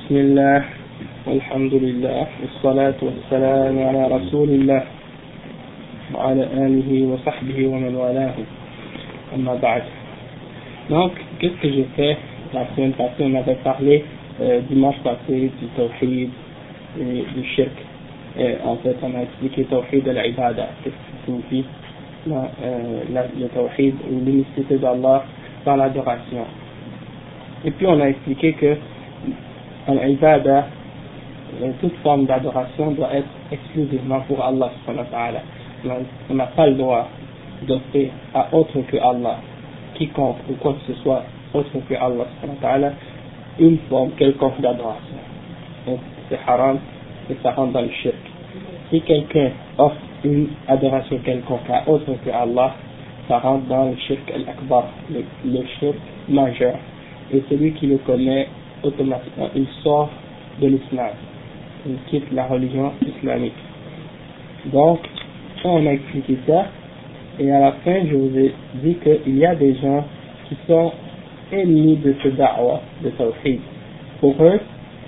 بسم الله والحمد لله والصلاة والسلام على رسول الله وعلى آله وصحبه ومن والاه أما بعد. Donc, qu'est-ce que j'ai fait la semaine passée? On avait parlé dimanche passé du tawhid et du shirk. En fait, on a expliqué tawhid de l'ibada, qu'est-ce que ça signifie le tawhid ou l'unicité d'Allah dans l'adoration. Et puis on a expliqué que l'ibada, toute forme d'adoration doit être exclusivement pour Allah subhanahu wa ta'ala. On n'a pas le droit d'offrir à autre que Allah, quiconque ou quoi que ce soit autre que Allah subhanahu wa ta'ala, une forme quelconque d'adoration. Donc c'est haram et ça rentre dans le shirk. Si quelqu'un offre une adoration quelconque à autre que Allah, ça rentre dans le shirk al-akbar, le shirk majeur. Et celui qui le commet, automatiquement, il sort de l'islam. Il quitte la religion islamique. Donc, on a expliqué ça, et à la fin, je vous ai dit qu'il y a des gens qui sont ennemis de ce da'wah, de tawhid. Pour eux,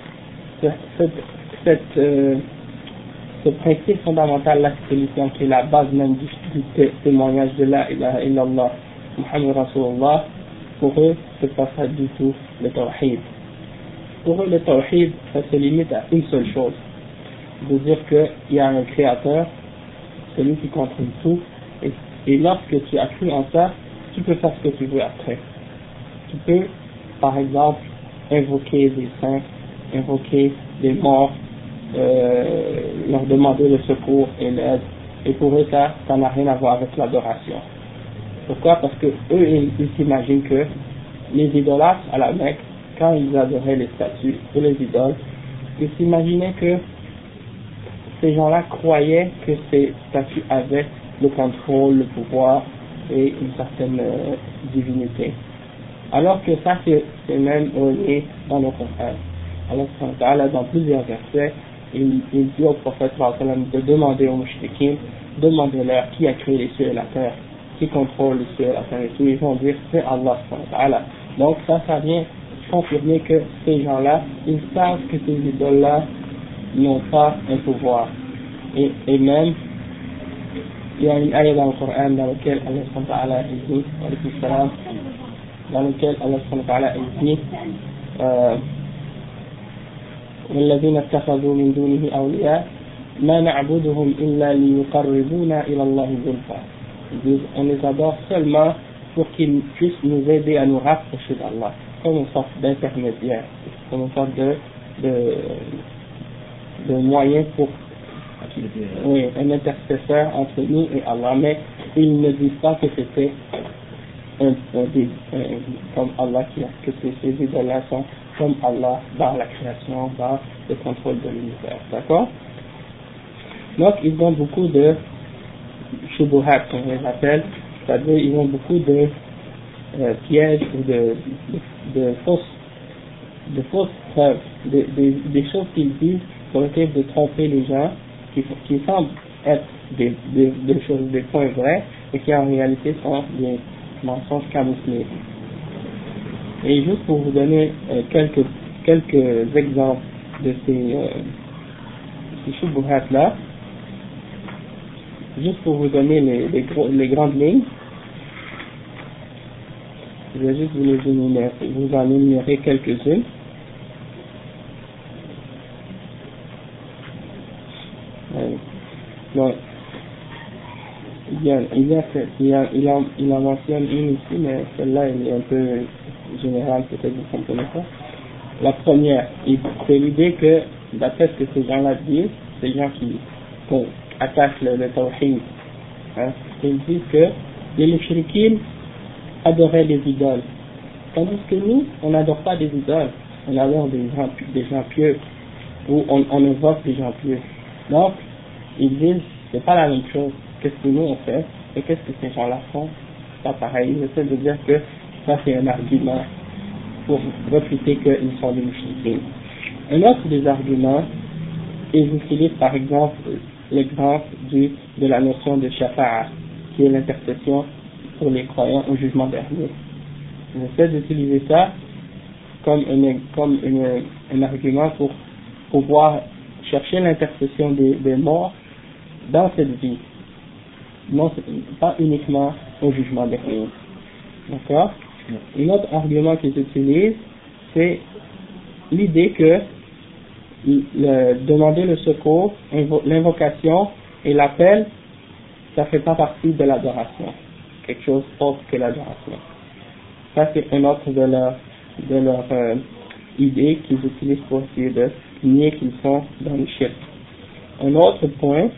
ce principe fondamental, la solution qui est la base même du témoignage de la ilaha illallah, Muhammad Rasulullah, pour eux, c'est pas ça du tout le tawhid. Pour eux, le tawhid, ça se limite à une seule chose, de dire qu'il y a un créateur, celui qui contrôle tout, et lorsque tu as cru en ça, tu peux faire ce que tu veux après. Tu peux, par exemple, invoquer des saints, invoquer des morts, leur demander le secours et l'aide, et pour eux, ça n'a rien à voir avec l'adoration. Pourquoi? Parce que eux, ils s'imaginent que les idolâtres à la Mecque, quand ils adoraient les statues ou les idoles, ils s'imaginaient que ces gens-là croyaient que ces statues avaient le contrôle, le pouvoir et une certaine divinité. Alors que ça, c'est même relié dans le Coran. Alors, dans plusieurs versets, il dit au prophète de demander aux mouchriquins, demandez-leur qui a créé les cieux et la terre, qui contrôle les cieux et la terre, et tout. Ils vont dire c'est Allah. Donc ça vient confirmer que ces gens-là, ils savent que ces idoles-là n'ont pas un pouvoir. Et même, il y a une ayah dans le Coran dans laquelle Allah dit, dans lequel Allah dit والذين اتخذوا من دونه أولياء ما نعبدهم إلا ليقربونا إلى الله زلفى. On les adore seulement pour qu'ils puissent nous aider à nous rapprocher d'Allah, comme une sorte d'intermédiaire, comme une sorte de moyen pour un intercesseur entre nous et Allah. Mais ils ne disent pas que c'était comme Allah que ces idoles-là sont comme Allah dans la création, dans le contrôle de l'univers. D'accord? Donc ils ont beaucoup de shubuhat, comme on les appelle, c'est-à-dire ils ont beaucoup de pièges ou de fausses preuves, des choses qu'ils disent pour essayer de tromper les gens, qui semblent être des choses, des points vrais, et qui en réalité sont des mensonges camouflés. Et juste pour vous donner quelques exemples de ces shubuhat là, juste pour vous donner les grandes lignes, je vais juste vous en énumérer quelques-unes. Donc, il en mentionne une ici, mais celle-là elle est un peu générale, peut-être vous ne comprenez pas. La première, c'est l'idée que, d'après ce que ces gens-là disent, ces gens qui attaquent le tawhid, ils disent que les mushrikines adoraient les idoles, tandis que nous, on n'adore pas des idoles, on adore des gens pieux, ou on évoque des gens pieux. Donc, ils disent, c'est pas la même chose. Qu'est-ce que nous on fait et qu'est-ce que ces gens-là font? C'est pas pareil. Ils essaient de dire que ça c'est un argument pour réfuter qu'ils sont des mouchriquins. Un autre des arguments, ils utilisent par exemple l'exemple de la notion de shafa'a, qui est l'intercession pour les croyants au jugement dernier. Ils essaient d'utiliser ça un argument pour pouvoir chercher l'intercession des morts dans cette vie, non pas uniquement au jugement dernier. D'accord? Un autre argument qu'ils utilisent, c'est l'idée que demander le secours, l'invocation et l'appel, ça fait pas partie de l'adoration, quelque chose autre que l'adoration. Ça c'est un autre de leur idée qu'ils utilisent pour essayer de nier qu'ils sont dans le shirk. Un autre point,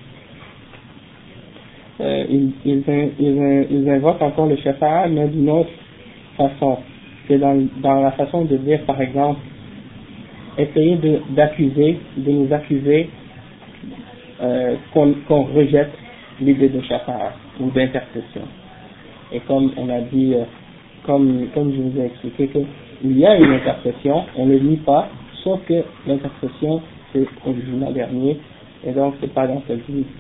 ils invoquent encore le shafa'a, mais d'une autre façon. C'est dans la façon de dire, par exemple, essayer de nous accuser qu'on rejette l'idée de shafa'a ou d'intercession. Et comme on a dit, comme je vous ai expliqué, qu'il y a une intercession, on ne le nie pas, sauf que l'intercession c'est au jugement dernier, et donc c'est pas dans cette vie.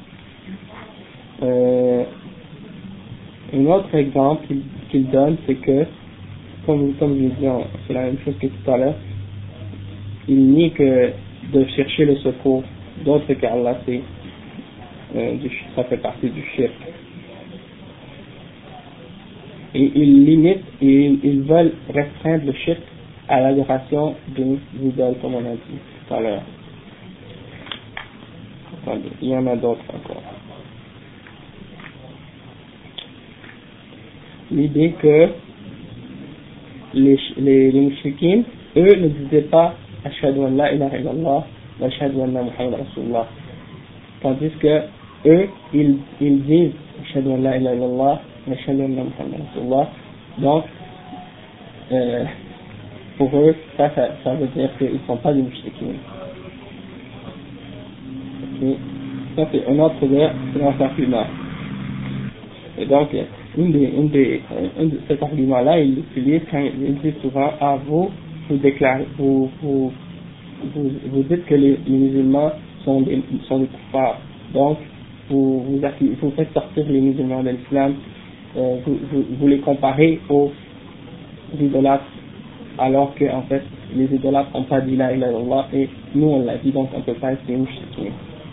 Un autre exemple qu'il donne, c'est que, comme je l'ai dit, c'est la même chose que tout à l'heure, il nie que de chercher le secours d'autres qu'Allah, ça fait partie du shirk. Et ils limitent, et ils veulent restreindre le shirk à l'adoration des idoles, comme on a dit tout à l'heure. Attendez, il y en a d'autres encore. L'idée que les mushrikines, eux ne disaient pas Ashhadu an la ilaha illallah wa ashhadu anna Muhammad Rasulullah, tandis que eux ils disent Ashhadu an la ilaha illallah wa ashhadu anna Muhammad Rasulullah. Donc pour eux ça veut dire qu'ils ne sont pas des mushrikines. Okay. Ça c'est un autre de leurs arguments. Et donc cet argument-là, ils l'utilisent quand ils disent souvent vous dites que les musulmans sont des kuffars. Donc vous faites sortir les musulmans de l'islam, vous les comparez aux idolâtres, alors que en fait les idolâtres n'ont pas dit la ilaha illallah et nous on l'a dit, donc on ne peut pas être des mouchriquins.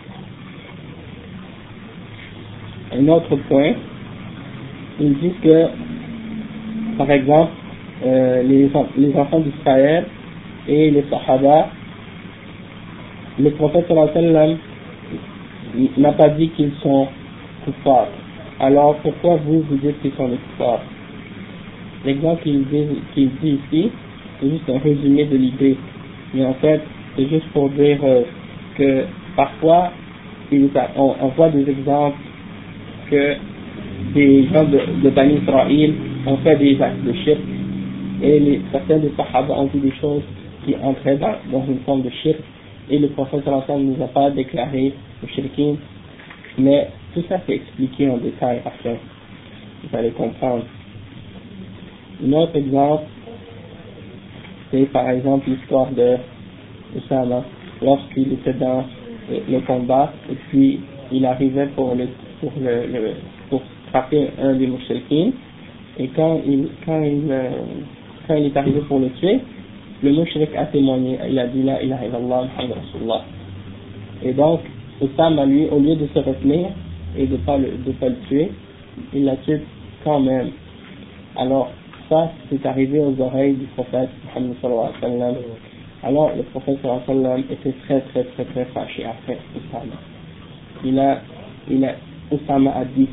Un autre point, ils disent que, par exemple, les enfants d'Israël et les Sahaba, le prophète sallallahu alayhi wa sallam n'a pas dit qu'ils sont kuffars. Alors pourquoi vous dites qu'ils sont des kuffars? L'exemple qu'il dit ici, c'est juste un résumé de l'idée. Mais en fait, c'est juste pour dire que parfois, on voit des exemples que des gens de Bani Israël ont fait des actes de shirk, et certains des Sahaba ont dit des choses qui entraient dans une forme de shirk, et le prophète sallallahu alayhi wa sallam ne nous a pas déclaré le shirkin, mais tout ça c'est expliqué en détail après, vous allez comprendre. Un autre exemple, c'est par exemple l'histoire de Usama, lorsqu'il était dans le combat, et puis il arrivait pour frapper un des mouchriquins, et quand il est arrivé pour le tuer, le mouchrik a témoigné, il a dit la ilaha illallah Muhammad Rasulullah. Et donc Usama, lui, au lieu de se retenir et de pas le tuer, il l'a tué quand même. Alors ça c'est arrivé aux oreilles du prophète Muhammad sallallahu alayhi wa sallam. Alors le prophète sallallahu alayhi wa sallam était très très très très fâché après Usama. Usama a dit,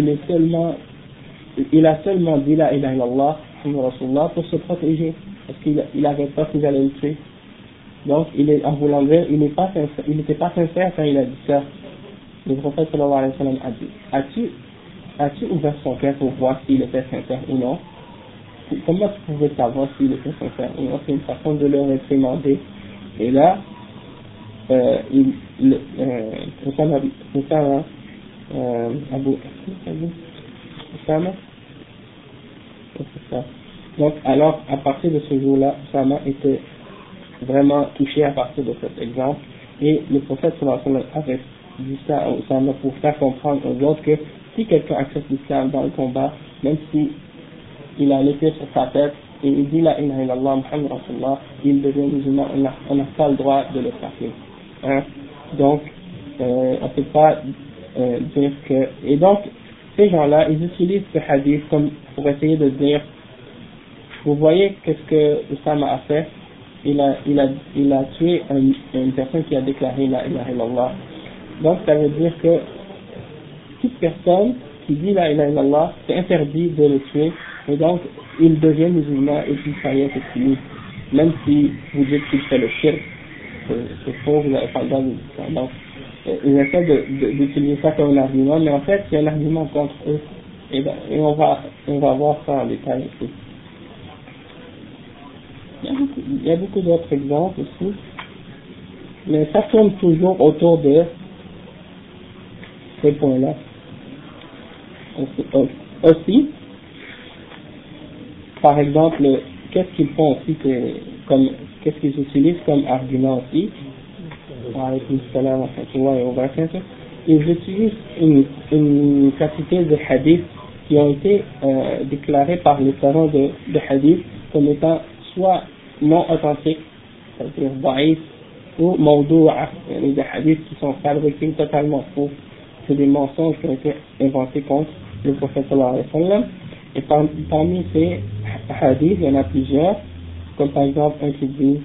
il a seulement dit la ilaha illallah Muhammad Rasulullah pour se protéger, parce qu'il avait peur qu'ils allaient le tuer. Donc en voulant dire, il n'était pas sincère quand il a dit ça. Le prophète sallallahu alayhi wa sallam a dit, as-tu ouvert son cœur pour voir s'il était sincère ou non? Comment tu pouvais savoir s'il était sincère ou non? C'est une façon de le réprimander. Et là, Usama, donc alors à partir de ce jour-là, Usama était vraiment touché à partir de cet exemple, et le prophète sallallahu alayhi wa sallam avait dit ça à Usama pour faire comprendre aux autres que si quelqu'un accepte l'islam dans le combat, même si il a l'épée sur sa tête, il dit la ilaha illallah, Muhammad Rasulullah, il devient musulman, on n'a pas le droit de le frapper. Hein? Donc, on peut pas dire que... Et donc, ces gens-là, ils utilisent ce hadith comme pour essayer de dire, vous voyez qu'est-ce que Oussama a fait, il a tué une personne qui a déclaré la ilaha illallah. Donc, ça veut dire que toute personne qui dit la ilaha illallah, c'est interdit de le tuer, et donc il devient musulman et puis ça y est, c'est fini. Même si vous dites qu'il fait le shirk, c'est faux, vous n'avez pas le droit de dire ça. Donc, ils essaient d'utiliser ça comme un argument, mais en fait, c'est un argument contre eux, et on va voir ça en détail ici. Il y a beaucoup d'autres exemples aussi, mais ça tourne toujours autour de ces points-là. Aussi, par exemple, qu'est-ce qu'ils font aussi, qu'est-ce qu'ils utilisent comme argument aussi? Ils utilisent une quantité de hadiths qui ont été déclarés par les savants de hadith comme étant soit non authentiques, c'est-à-dire daïf, ou mawdou'a, des hadiths qui sont fabriqués totalement faux. C'est des mensonges qui ont été inventés contre le prophète sallallahu alayhi wa sallam. Et parmi ces hadiths, il y en a plusieurs, comme par exemple un qui dit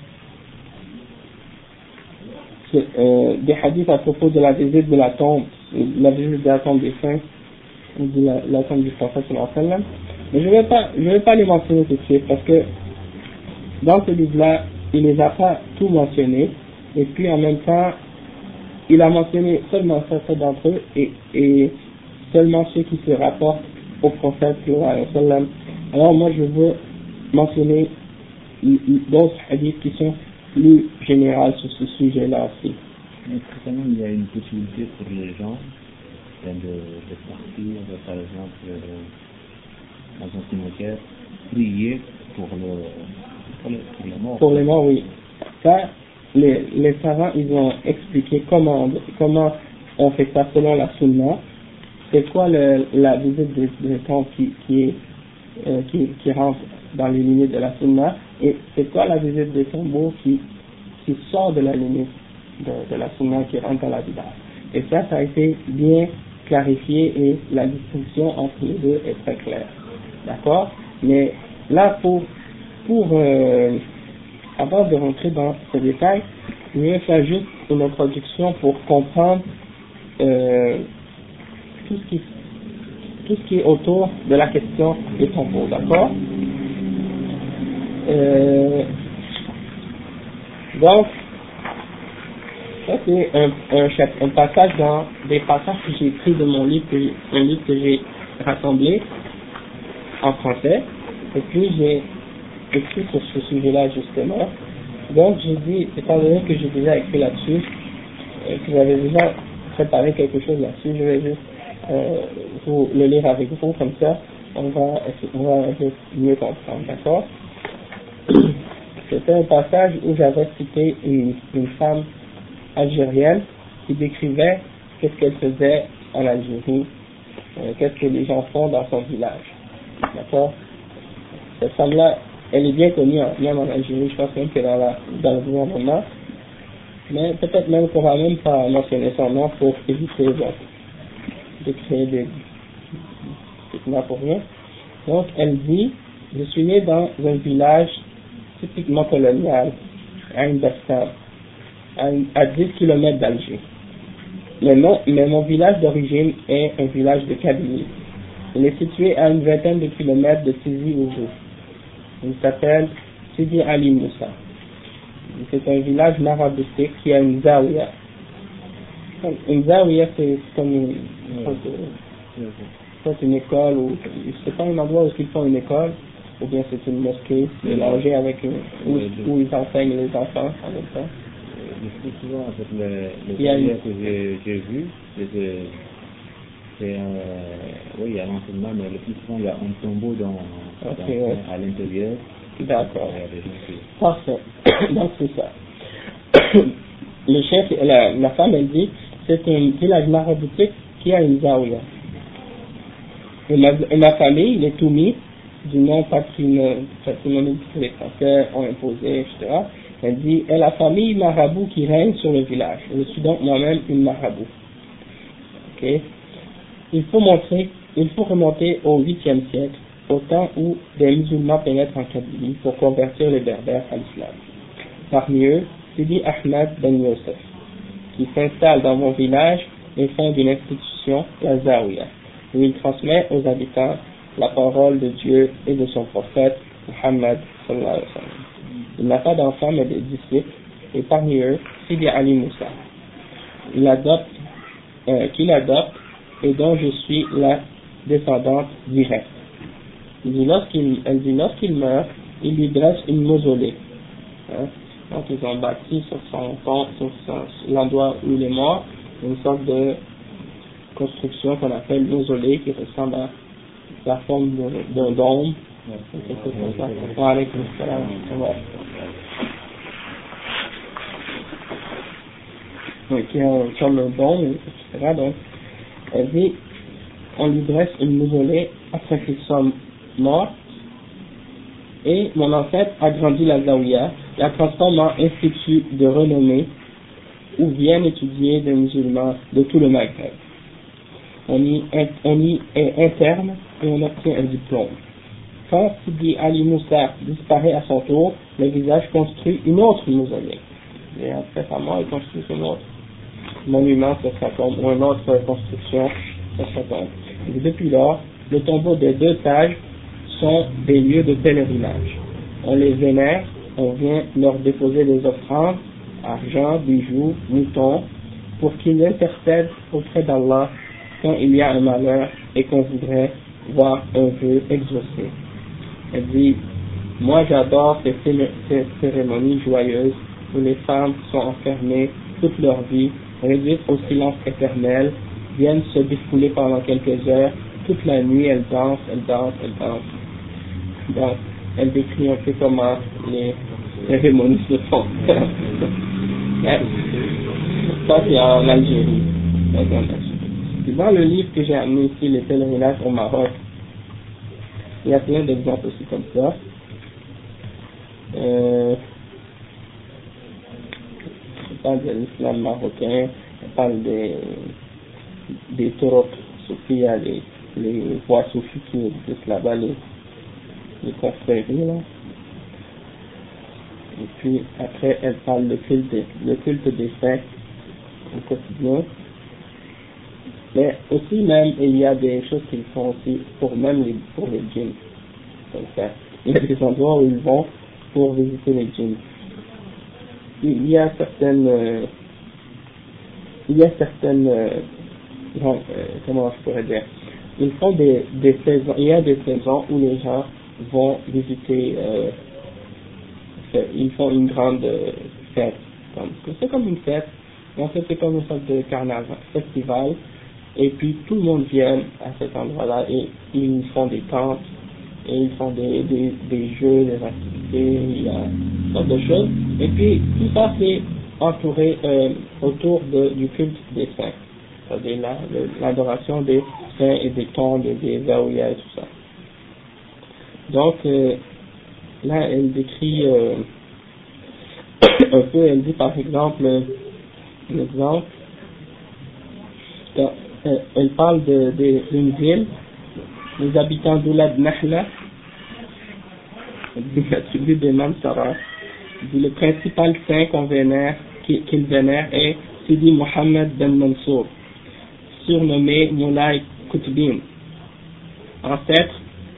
des hadiths à propos de la visite de la tombe, la visite de la tombe des saints, ou de la tombe du prophète sallallahu alayhi wa sallam. Mais je vais pas les mentionner tout de suite, parce que dans ce livre-là, il les a pas tout mentionnés, et puis en même temps, il a mentionné seulement certains d'entre eux, et seulement ceux qui se rapportent au prophète sallallahu alayhi wa sallam. Alors moi je veux mentionner d'autres hadiths qui sont plus généraux sur ce sujet-là aussi. Mais certainement il y a une possibilité pour les gens de partir, par exemple, dans un cimetière, prier pour les morts. Pour les morts, oui. Ça, les savants, ils ont expliqué comment on fait ça selon la sunna. C'est quoi la visite des tombes qui rentre dans les limites de la sunna, et c'est quoi la visite des tombeaux qui sort de la limite de la sunna, qui rentre dans la bid'a. Et ça a été bien clarifié, et la distinction entre les deux est très claire. D'accord? Mais là, avant de rentrer dans ces détails, je vais faire juste une introduction pour comprendre tout ce qui est autour de la question des tombeaux, d'accord? Donc, ça c'est un passage dans des passages que j'ai pris de mon livre, un livre que j'ai rassemblé en français, et puis j'ai écrit sur ce sujet-là justement. Donc j'ai dit, étant donné que j'ai déjà écrit là-dessus, que j'avais déjà préparé quelque chose là-dessus, je vais juste vous le lire avec vous, comme ça on va mieux comprendre, d'accord? C'était un passage où j'avais cité une femme algérienne qui décrivait qu'est-ce qu'elle faisait en Algérie, qu'est-ce que les gens font dans son village, d'accord? Cette femme-là, elle est bien connue même en Algérie, je pense même que dans le gouvernement, mais peut-être même qu'on va même pas mentionner son nom pour éviter de créer des pour rien. Donc elle dit, je suis né dans un village typiquement colonial, à une Bastan, à 10 km d'Alger. Mais mon village d'origine est un village de Kabylie. Il est situé à une vingtaine de kilomètres de Tizi Ouzou. Il s'appelle Sidi Ali Moussa. C'est un village maraboutique qui a une zawiya. Une zawiya, c'est comme une école, ou c'est pas un endroit où ils font une école, ou bien c'est une mosquée mélangée avec où ils enseignent les enfants en même temps. Le plus souvent, en fait, le que j'ai vu, c'est oui, il y a l'enseignement, mais le plus souvent il y a un tombeau à l'intérieur. D'accord. Parfait. Donc c'est ça. Le chef, la femme, elle dit, c'est un village maraboutique qui a une zawiya. Et ma famille, les Toumis, du nom patrimonial que les Français ont imposé, etc. Elle dit, est la famille marabout qui règne sur le village. Je suis donc moi-même une marabout. Okay. Il faut remonter au 8e siècle, au temps où des musulmans pénètrent en Kabylie pour convertir les berbères à l'islam. Parmi eux, Sidi Ahmed Ben Youssef, qui s'installe dans mon village et fonde une institution, la Zawiya, où il transmet aux habitants la parole de Dieu et de son prophète, Muhammad sallallahu alayhi wa sallam. Il n'a pas d'enfants mais des disciples, et parmi eux, Sidi Ali Moussa, qu'il adopte et dont je suis la descendante directe. Elle dit lorsqu'il meurt, il lui dresse une mausolée. Hein? Donc ils ont bâti sur son tombe, l'endroit où il est mort, une sorte de construction qu'on appelle mausolée qui ressemble à la forme d'un dôme. Qui est comme un dôme, etc. Donc, elle dit, on lui dresse une mausolée après qu'il soit mort, et mon ancêtre agrandit la Zawiya, la transforme en institut de renommée où viennent étudier des musulmans de tout le Maghreb. On y est interne et on obtient un diplôme. Quand Sidi Ali Moussa disparaît à son tour, le village construit une autre mausolée. Et après sa mort, il construit une autre monument sur sa tombe, ou une autre construction sur sa tombe. Et depuis lors, les tombeaux des deux sages sont des lieux de pèlerinage. On les vénère, on vient leur déposer des offrandes, argent, bijoux, moutons, pour qu'ils intercèdent auprès d'Allah quand il y a un malheur et qu'on voudrait voir un vœu exaucé. Elle dit, moi j'adore ces cérémonies joyeuses où les femmes sont enfermées toute leur vie, réduites au silence éternel, viennent se défouler pendant quelques heures, toute la nuit elles dansent. Donc, elle décrit un peu comment les cérémonies se font. Ça c'est en Algérie. Dans le livre que j'ai amené ici, les pèlerinages au Maroc, il y a plein d'exemples aussi comme ça. On parle de l'islam marocain, on parle des turuq soufis, les voies soufis qui existent là-bas, les confréries là. Et puis après elle parle le culte des saints au quotidien. Mais aussi même il y a des choses qu'ils font aussi pour les djinns. Il y a des endroits où ils vont pour visiter les djinns. Il y a certaines comment je pourrais dire, ils font des saisons, il y a des saisons où les gens vont visiter, ils font une grande fête, c'est comme une fête, en fait c'est comme une sorte de carnaval, festival, et puis tout le monde vient à cet endroit-là et ils font des tentes, et ils font des jeux, des activités, il y a toutes sortes de choses, et puis tout ça c'est entouré autour du culte des saints, c'est-à-dire l'adoration des saints et des tombes et des zaouïas et tout ça. Donc là elle décrit un peu, elle dit par exemple, elle parle d'une ville, les habitants d'Oulad Nahla, de la tribu des Mansara, le principal saint qu'il vénère est Sidi Mohammed Ben Mansour, surnommé Moulay Koutbin, ancêtre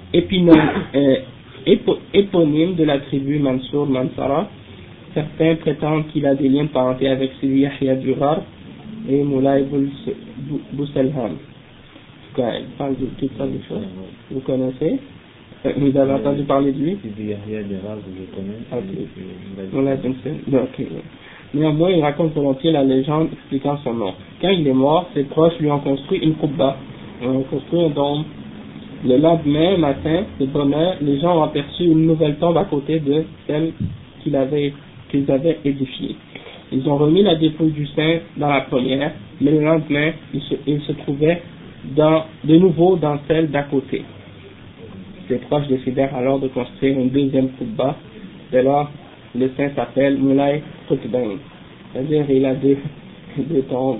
éponyme de la tribu Mansour Mansara. Certains prétendent qu'il a des liens de parenté avec Sidi Yahya Durar et Moulay Bousselham. Il parle de toutes sortes de choses. Vous connaissez? Vous avez entendu parler de lui? Sidi Yahya Durar, je connais. Okay. Néanmoins, il raconte volontiers la légende expliquant son nom. Quand il est mort, ses proches lui ont construit une koubba, ont construit un dôme. Le lendemain matin, de bonne heure, les gens ont aperçu une nouvelle tombe à côté de celle qu'ils avaient édifiée. Ils ont remis la dépouille du saint dans la première, mais le lendemain, il se trouvait de nouveau dans celle d'à côté. Ses proches décidèrent alors de construire une deuxième Koubba. Dès lors, le saint s'appelle Moulay Qutbain. C'est-à-dire, il a deux tombes,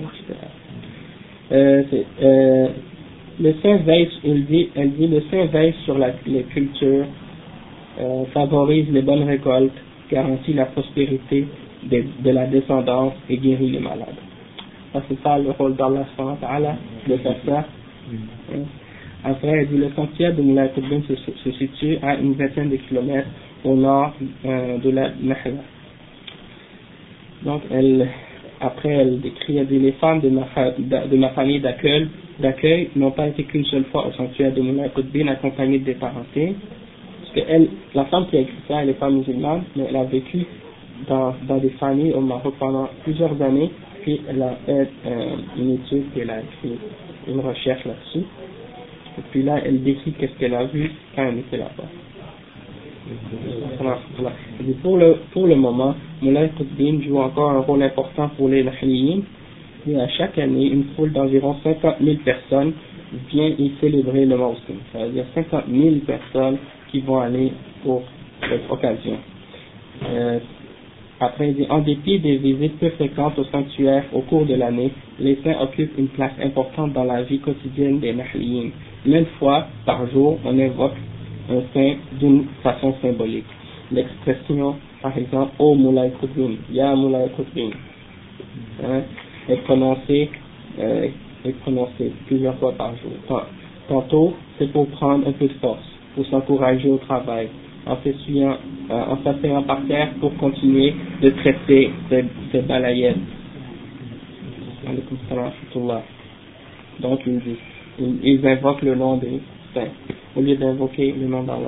etc. Le saint veille, elle dit, le saint veille sur les cultures, favorise les bonnes récoltes, garantit la prospérité de la descendance et guérit les malades. Ça, c'est ça le rôle d'Allah subhanahu wa ta'ala, de faire ça. Après, elle dit, le sanctuaire de Moulay Qutbain se situe à une vingtaine de kilomètres au nord de la Nahla. Donc, après elle décrit, elle dit, les femmes de ma famille d'accueil n'ont pas été qu'une seule fois au sanctuaire de Moulay Qutbain accompagnées des parentés. Parce que la femme qui a écrit ça, elle n'est pas musulmane, mais elle a vécu dans des familles au Maroc pendant plusieurs années, puis elle a fait une étude, puis elle a écrit une recherche là-dessus. Et puis là, elle décrit qu'est-ce qu'elle a vu quand elle était là-bas. Pour le moment, Moulay Qutbain joue encore un rôle important pour les Nahliyin, et à chaque année, une foule d'environ 50 000 personnes vient y célébrer le Mawsim. C'est-à-dire 50 000 personnes qui vont aller pour cette occasion. Après, il dit, en dépit des visites peu fréquentes au sanctuaire au cours de l'année, les saints occupent une place importante dans la vie quotidienne des Nahliyin. Même fois par jour, on invoque un saint d'une façon symbolique. L'expression, par exemple, Oh Moulay Qutbain, Ya Moulay Qutbain, est prononcée plusieurs fois par jour. Tantôt, c'est pour prendre un peu de force, pour s'encourager au travail, en s'asseyant par terre pour continuer de traiter ces balayettes. Donc, ils invoquent le nom des saints, au lieu d'invoquer le nom d'Allah.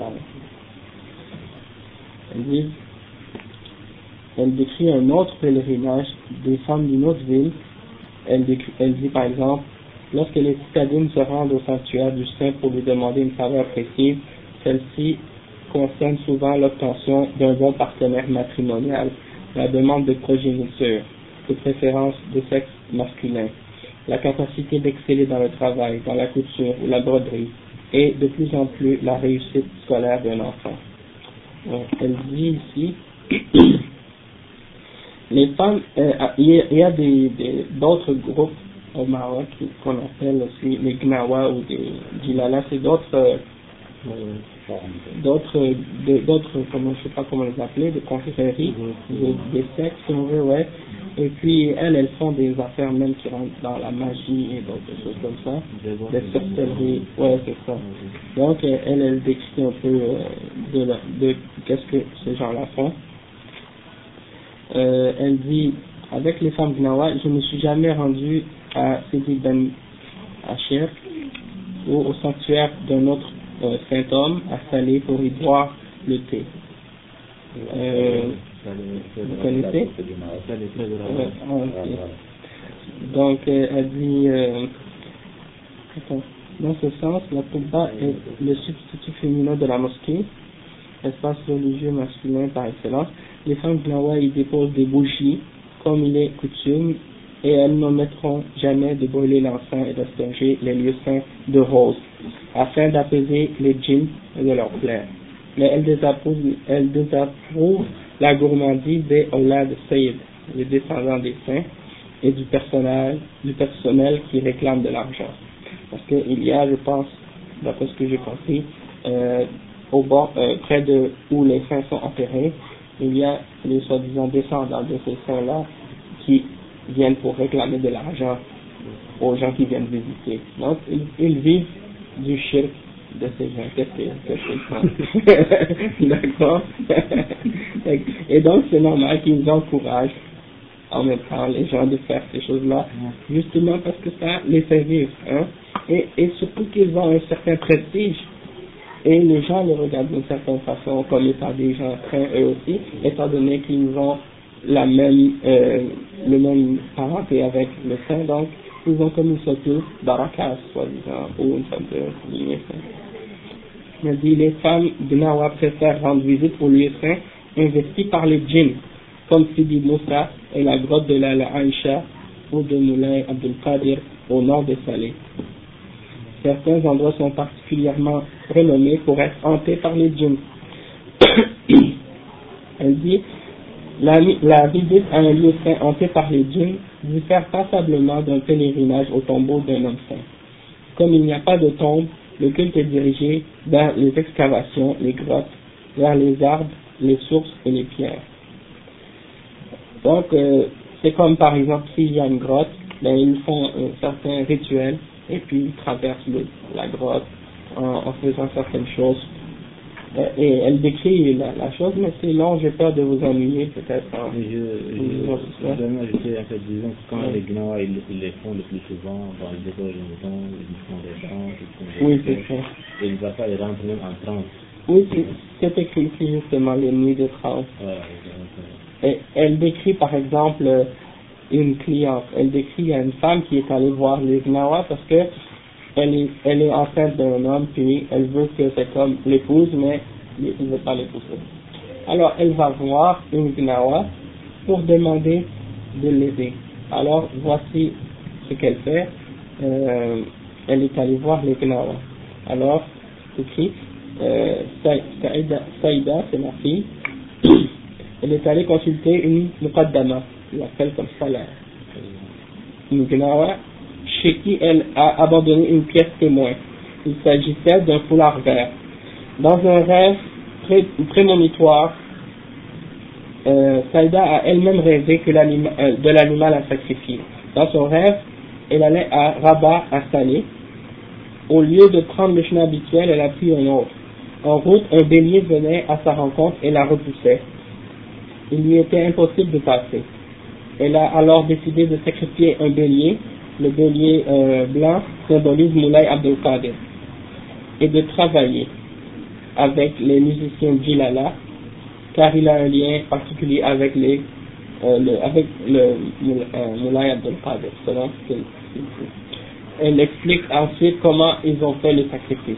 Elle décrit un autre pèlerinage des femmes d'une autre ville. Elle dit par exemple, lorsque les citadines se rendent au sanctuaire du saint pour lui demander une faveur précise, celle-ci concerne souvent l'obtention d'un bon partenaire matrimonial, la demande de progéniture, de préférence de sexe masculin, la capacité d'exceller dans le travail, dans la couture ou la broderie, et de plus en plus la réussite scolaire d'un enfant. Elle dit ici, les femmes, il y a d'autres groupes au Maroc qu'on appelle aussi les Gnawa ou des Djilala, c'est d'autres, comment, je sais pas comment les appeler, des confréries, des sectes, si on veut, ouais. Et puis, elles font des affaires même qui rentrent dans la magie et d'autres choses comme ça, des sorcelleries, ouais, c'est ça. Donc, elle décrit un peu de qu'est-ce que ces gens-là font. Elle dit, avec les femmes Gnawa, je ne me suis jamais rendu à Sidi Ben Achir ou au sanctuaire d'un autre saint homme à Salé pour y boire le thé. Vous connaissez? Donc elle dit, dans ce sens, la Koubba est le substitut féminin de la mosquée, espace religieux masculin par excellence. Les femmes Gnawa y déposent des bougies comme il est coutume, et elles n'omettront jamais de brûler l'encens et d'asperger les lieux saints de rose, afin d'apaiser les djinns et de leur plaire. Mais elles désapprouvent la gourmandise des Awlad Sayyid, les descendants des saints, et du personnel qui réclame de l'argent. Parce qu'il y a, je pense, d'après ce que j'ai compris, au bord, près de où les saints sont enterrés, il y a les soi-disant descendants de ces saints-là qui viennent pour réclamer de l'argent aux gens qui viennent visiter. Donc, ils vivent du shirk de ces gens. Qu'est-ce qu'ils font? D'accord? Et donc, c'est normal qu'ils encouragent en même temps les gens de faire ces choses-là, justement parce que ça les fait vivre. Hein? Et surtout qu'ils ont un certain prestige. Et les gens les regardent d'une certaine façon comme étant des gens saints eux aussi, étant donné qu'ils ont le même parenté avec le saint, donc ils ont comme une sorte de barakas, soi-disant, ou une sorte de lignée sainte. Il dit, les femmes Gnawa préfèrent rendre visite aux lieux saints investis par les djinns, comme Sidi Moussa et la grotte de la Aïcha ou de Moulay Abdul Qadir au nord de Salé. Certains endroits sont particulièrement renommés pour être hantés par les djinns. Elle dit, la visite à un lieu saint hanté par les djinns diffère passablement d'un pèlerinage au tombeau d'un homme saint. Comme il n'y a pas de tombe, le culte est dirigé vers les excavations, les grottes, vers les arbres, les sources et les pierres. Donc, c'est comme par exemple s'il y a une grotte, ben, ils font un certain rituel et puis ils traversent la grotte en faisant certaines choses. Et elle décrit la chose, mais c'est long, j'ai peur de vous ennuyer peut-être. J'étais en fait disant que quand les Gnawa ils les font le plus souvent dans les décors de maison, ils font des danses, ils font des c'est ça. Et ils parfois ils rentrent même en transe. Oui, c'est écrit ici justement les nuits de transe. Et elle décrit par exemple une cliente, elle décrit une femme qui est allée voir les Gnawa parce que elle est enceinte d'un homme, puis elle veut que cet homme l'épouse, mais il ne veut pas l'épouser. Alors elle va voir une Gnawa pour demander de l'aider. Alors voici ce qu'elle fait. Elle est allée voir les Gnawa. Alors, c'est écrit, Saïda, c'est ma fille, elle est allée consulter une Muqaddama, il l'appelle comme ça là, une Gnawa, chez qui elle a abandonné une pièce témoin. Il s'agissait d'un foulard vert. Dans un rêve prémonitoire, Saïda a elle-même rêvé que de l'animal à sacrifier. Dans son rêve, elle allait à Rabat à Salé. Au lieu de prendre le chemin habituel, elle a pris un autre. En route, un bélier venait à sa rencontre et la repoussait. Il lui était impossible de passer. Elle a alors décidé de sacrifier un bélier. Le bélier blanc symbolise Moulay Abdel Qadir, et de travailler avec les musiciens Djilala, car il a un lien particulier avec le Moulay Abdel Qadir. Elle explique ensuite comment ils ont fait le sacrifice.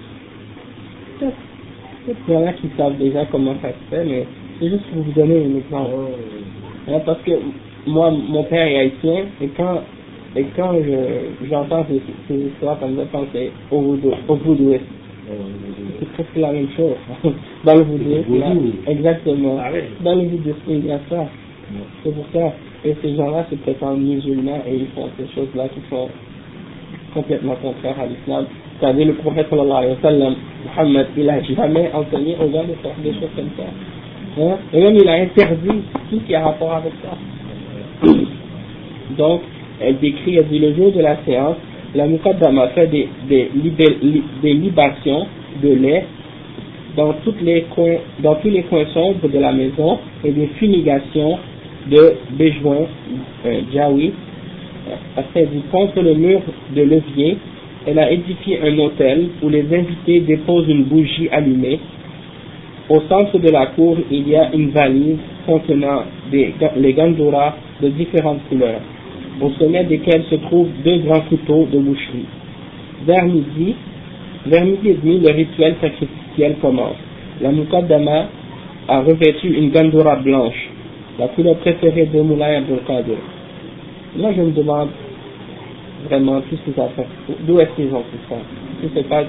Il y en a qui savent déjà comment ça se fait, mais c'est juste pour vous donner un exemple. Parce que moi, mon père est haïtien, et quand j'entends ces histoires, ça me fait penser au vaudouisme. C'est presque la même chose. Dans le vaudouisme, exactement. Dans le vaudouisme, il y a ça. C'est pour ça. Et ces gens-là se prétendent musulmans et ils font ces choses-là qui sont complètement contraires à l'islam. Vous savez, le prophète sallallahu alayhi wa sallam, Muhammad, il n'a jamais enseigné aux gens de faire des choses comme ça. Et même il a interdit tout ce qui a rapport avec ça. Donc, elle décrit, elle dit, le jour de la séance, la Muqaddama fait des libations de lait dans tous les coins sombres de la maison et des fumigations de béjoin, djaoui. Après, elle dit, contre le mur de levier, elle a édifié un autel où les invités déposent une bougie allumée. Au centre de la cour, il y a une valise contenant les gandoura de différentes couleurs, au sommet desquels se trouvent 2 grands couteaux de boucherie. Vers midi et demi, le rituel sacrificiel commence. La Muqaddama a revêtu une gandoura blanche, la couleur préférée de Moulay Abdel Qadir. Là, je me demande vraiment tout ce qu'ils ont fait. D'où est-ce qu'ils ont fait ça? Si c'est pas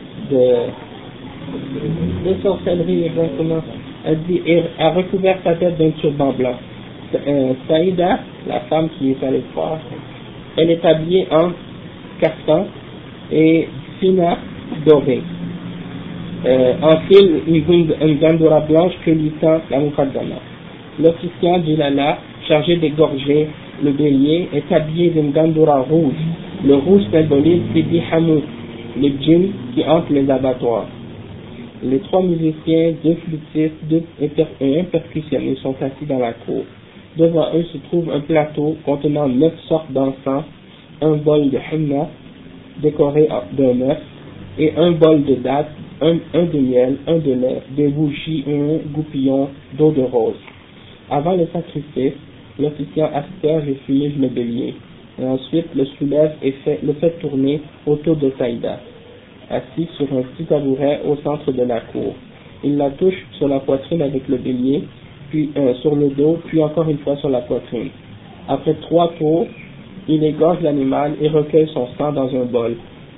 de sorcellerie, exactement. Elle dit, a recouvert sa tête d'un turban blanc. Saïda, la femme qui est allée voir, elle est habillée en castan et fina doré. Enfile une gandoura blanche que lui tend la Muqaddama. L'officiant Djilala, chargé d'égorger le bélier, est habillé d'une gandoura rouge. Le rouge symbolise Sidi Hamoud, le djinn qui hante les abattoirs. Les 3 musiciens, 2 flûtistes et un percussionniste sont assis dans la cour. Devant eux se trouve un plateau contenant 9 sortes d'encens, un bol de henna décoré d'un œuf, et un bol de dattes, un de miel, un de lait, des bougies et un goupillon d'eau de rose. Avant le sacrifice, l'officiant asperge et fumige le bélier, et ensuite le soulève et le fait tourner autour de Saïda, assis sur un petit tabouret au centre de la cour. Il la touche sur la poitrine avec le bélier, puis sur le dos, puis encore une fois sur la poitrine. Après 3 tours, il égorge l'animal et recueille son sang dans un bol.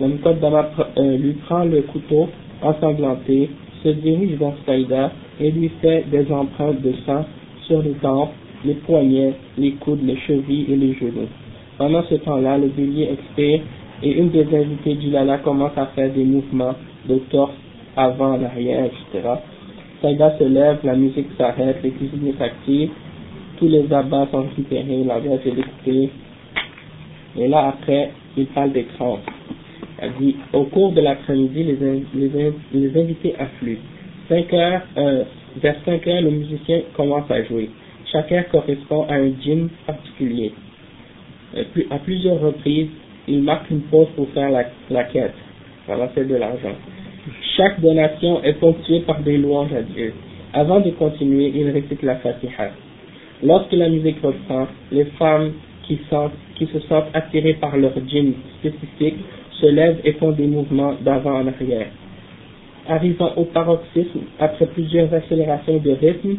Le Muqaddama lui prend le couteau ensanglanté, se dirige vers Saïda et lui fait des empreintes de sang sur les tempes, les poignets, les coudes, les chevilles et les genoux. Pendant ce temps-là, le bélier expire et une des invitées d'Ilala commence à faire des mouvements de torse avant, en arrière, etc. Saïda se lève, la musique s'arrête, les cuisiniers s'activent, tous les abats sont récupérés, la viande est découpée. Et là, après, il parle des transes. Elle dit, au cours de l'après-midi, les invités affluent. Vers 5 heures, le musicien commence à jouer. Chaque air correspond à un djinn particulier. À plusieurs reprises, il marque une pause pour faire la quête, ramasser de l'argent. Chaque donation est ponctuée par des louanges à Dieu. Avant de continuer, il récite la Fatiha. Lorsque la musique reprend, les femmes qui se sentent attirées par leur djinn spécifique se lèvent et font des mouvements d'avant en arrière. Arrivant au paroxysme, après plusieurs accélérations de rythme,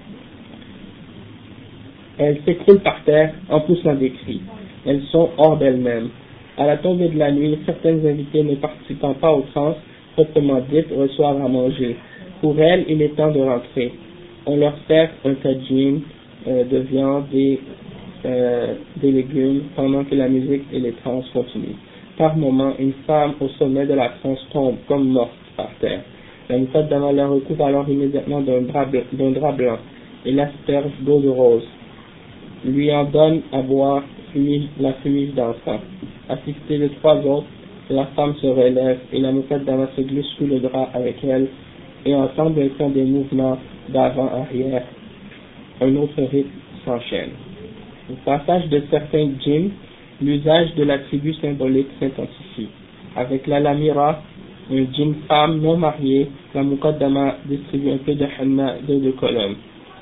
elles s'écroulent par terre en poussant des cris. Elles sont hors d'elles-mêmes. À la tombée de la nuit, certaines invitées ne participant pas aux transes proprement dites reçoivent à manger. Pour elles, il est temps de rentrer. On leur sert un tagine de viande et des légumes pendant que la musique et les transes continuent. Par moment, une femme au sommet de la transe tombe comme morte par terre. La Muqaddama la recouvre alors immédiatement d'un drap blanc et l'asperge d'eau de rose. Lui en donne à boire la fumige d'enfant. Assistée de 3 autres, la femme se relève et la Muqaddama se glisse sous le drap avec elle et ensemble elles font des mouvements d'avant-arrière. Un autre rythme s'enchaîne. Au passage de certains djinns, l'usage de l'attribut symbolique s'intensifie. Avec la lamira, un djinn femme non mariée, la Muqaddama distribue un peu de henna de colonne.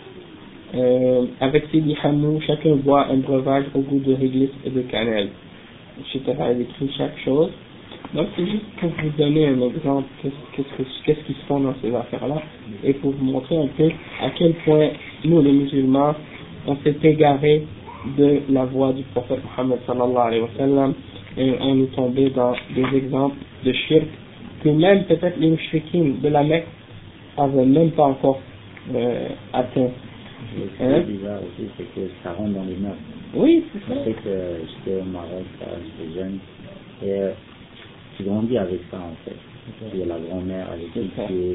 Avec Sidi Hamou, chacun boit un breuvage au goût de réglisse et de cannelle, etc. Elle écrit chaque chose. Donc c'est juste pour vous donner un exemple, qu'est-ce qui se passe dans ces affaires-là, et pour vous montrer un peu à quel point nous les musulmans, on s'est égaré de la voie du prophète Mohammed sallallahu alayhi wa sallam, et on est tombé dans des exemples de shirk que même peut-être les mushrikines de la Mecque n'avaient même pas encore atteint. Ce qui est bizarre aussi, c'est que ça rentre dans les mœurs. Oui, c'est ça. Je sais que j'étais au Maroc, j'étais jeune, et tu grandis avec ça en fait. Il y a la grand-mère avec qui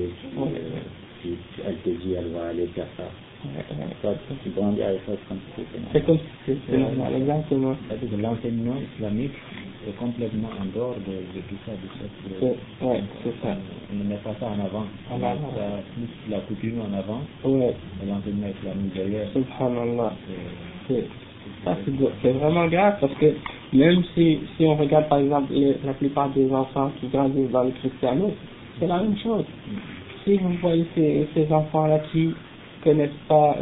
elle te dit elle va aller faire ça. Toi, tu grandis avec ça comme si c'est comme si c'était normal, exactement. C'est-à-dire que l'enseignement islamique est complètement en dehors de tout ça, c'est ça. On ne met pas ça en avant. On met plus la coutume en avant, et l'enseignement islamique derrière. Subhanallah. C'est vraiment grave parce que même si on regarde par exemple la plupart des enfants qui grandissent dans le christianisme, c'est la même chose. Si vous voyez ces enfants-là qui connaissent pas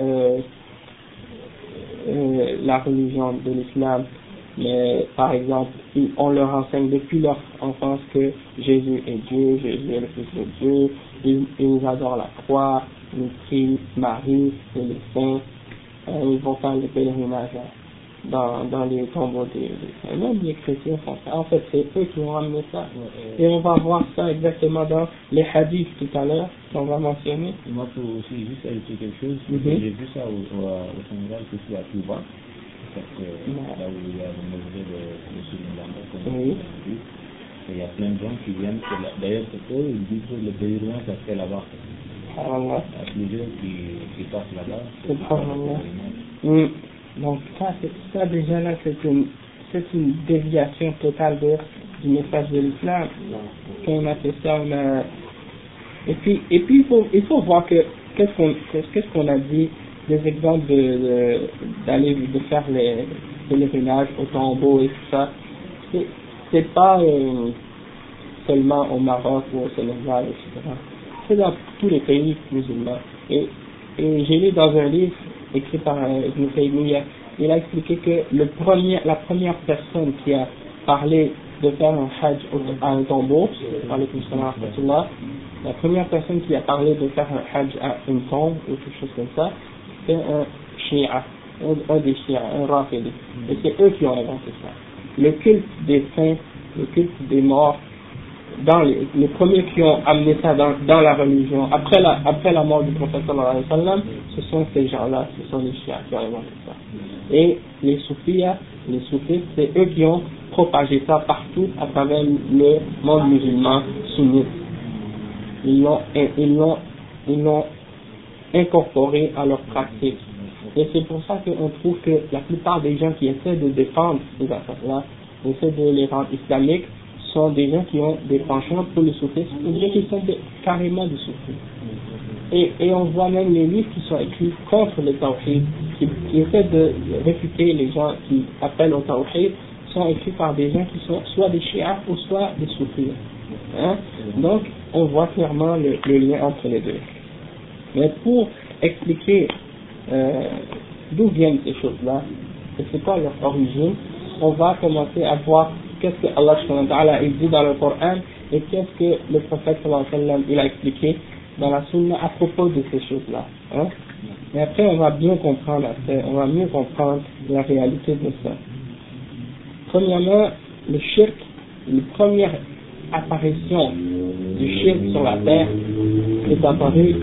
la religion de l'islam, mais par exemple on leur enseigne depuis leur enfance que Jésus est Dieu, Jésus est le Fils de Dieu, ils adorent la croix, ils prient Marie et les saints, ils vont faire le pèlerinage dans les tombeaux des même les chrétiens font ça. En fait, c'est eux qui vont amener ça. Et on va voir ça exactement dans les hadiths tout à l'heure qu'on va mentionner. Moi, il faut aussi juste ajouter quelque chose. J'ai vu ça au Sénégal, que c'est à Touba, parce que là où il y a le musée de Souleymane, comme on dit. Et il y a plein de gens qui viennent. D'ailleurs, c'est eux, ils disent que le pèlerin, ça se fait là-bas. Il y a plusieurs qui passent là-bas. Donc ça déjà là c'est une déviation totale du message de l'islam. Quand on a fait ça, et puis il faut voir que qu'est-ce qu'on a dit des exemples d'aller de faire les pèlerinages au tombeau et tout ça. C'est pas seulement au Maroc ou au Sénégal, etc. C'est dans tous les pays musulmans. Et j'ai lu dans un livre écrit par Ibn Taymiyyah, il a expliqué que la première personne qui a parlé de faire un hajj à un tombeau, la première personne qui a parlé de faire un hajj à une tombe ou quelque chose comme ça, c'est un Shia, un des Shia, un Rafidi. Et c'est eux qui ont inventé ça. Le culte des saints, le culte des morts, les premiers qui ont amené ça dans la religion, après la mort du prophète sallallahu alayhi wa sallam, ce sont ces gens-là, ce sont les chiites qui ont inventé ça. Et les soufis, c'est eux qui ont propagé ça partout à travers le monde musulman sunnite. Ils l'ont incorporé à leur pratique. Et c'est pour ça qu'on trouve que la plupart des gens qui essaient de défendre ces affaires-là, essaient de les rendre islamiques, sont des gens qui ont des penchants pour le soufisme, ou bien qui sont carrément des soufis. Et on voit même les livres qui sont écrits contre le tawhid, qui essaient de réfuter les gens qui appellent au tawhid, sont écrits par des gens qui sont soit des chiites ou soit des soufis. Hein? Donc, on voit clairement le lien entre les deux. Mais pour expliquer d'où viennent ces choses-là, et c'est quoi leur origine, on va commencer à voir qu'est-ce que Allah subhanahu wa ta'ala dit dans le Coran et qu'est-ce que le prophète sallallahu alayhi wa sallam il a expliqué dans la sunna à propos de ces choses-là. Hein? Et après on va bien comprendre, on va mieux comprendre la réalité de ça. Premièrement, le shirk, la première apparition du shirk sur la terre est apparue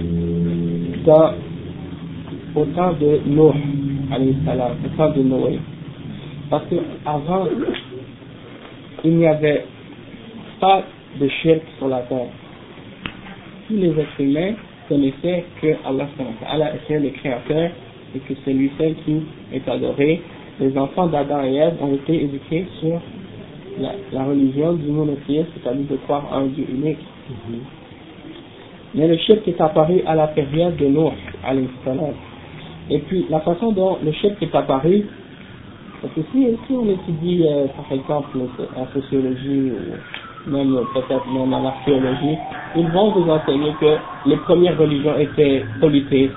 au temps de Noé, alayhi salam, au temps de Noé. Parce qu'avant, il n'y avait pas de shirk sur la terre. Tous les êtres humains connaissaient que Allah est le créateur et que c'est lui seul qui est adoré. Les enfants d'Adam et Ève ont été éduqués sur la religion du monothéisme, c'est-à-dire de croire en un Dieu unique. Mais le shirk est apparu à la période de Noé, alayhi salam. Et puis la façon dont le shirk est apparu, parce que si on étudie par exemple en sociologie ou même peut-être même en archéologie, ils vont vous enseigner que les premières religions étaient polythéistes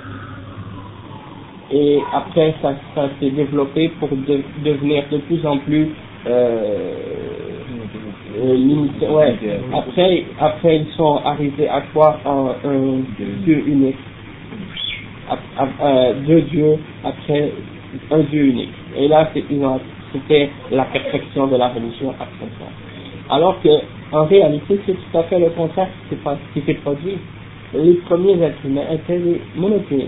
et après ça s'est développé pour devenir de plus en plus limité. Ouais. Après ils sont arrivés à croire en un Dieu unique, deux dieux après un Dieu unique. Et là, c'était la perfection de la religion après ça. Alors que, en réalité, c'est tout à fait le contraire qui s'est produit. Les premiers êtres humains étaient des monothéistes.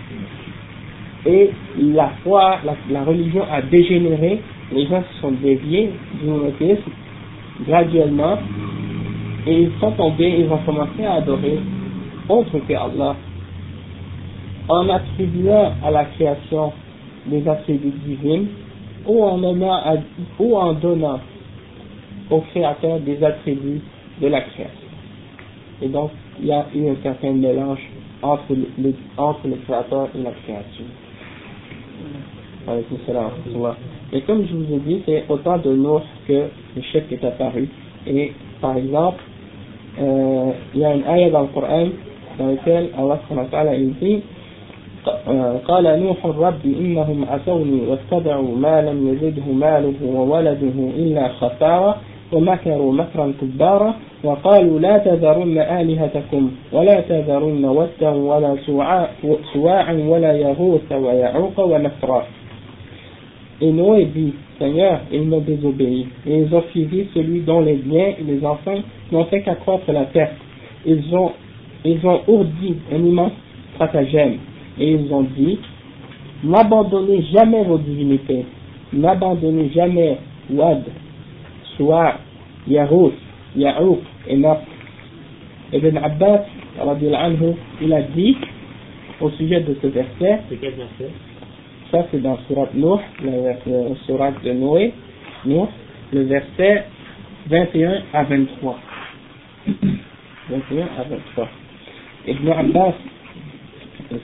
Et la foi, la religion a dégénéré, les gens se sont déviés du monothéisme graduellement, et ils sont tombés, ils ont commencé à adorer autre que Allah, en attribuant à la création des attributs divins ou en donnant au créateur des attributs de la création. Et donc il y a eu un certain mélange entre le créateur et la création. Et comme je vous ai dit, c'est au temps de Noé que le shirk est apparu. Et par exemple, il y a une ayah dans le Coran dans laquelle Allah subhanahu wa ta'ala dit قال نوح رب إنهم عصوني واتبعوا ما لم يزده ماله وولده إلا خسارة ومكروا مكرا كبارا وقالوا لا تذرن آلهتكم ولا تذرن ودا ولا سواعا ولا يغوث ويعوق ونسرا. Et Noé dit, Seigneur, ils m'ont désobéi, et ils ont suivi celui dont les biens et les enfants n'ont fait qu'accroître la terre. Ils ont ourdi un immense stratagème, et ils ont dit, n'abandonnez jamais vos divinités, n'abandonnez jamais Wad, Suwa, Yarouth, Ya'ouq et Nasr. Ibn Abbas, anhu, il a dit, au sujet de ce verset, c'est quel verset? Ça c'est dans Surat Nuh, le Surat de Noé, le verset 21 à 23. 21 à 23. Ibn Abbas, le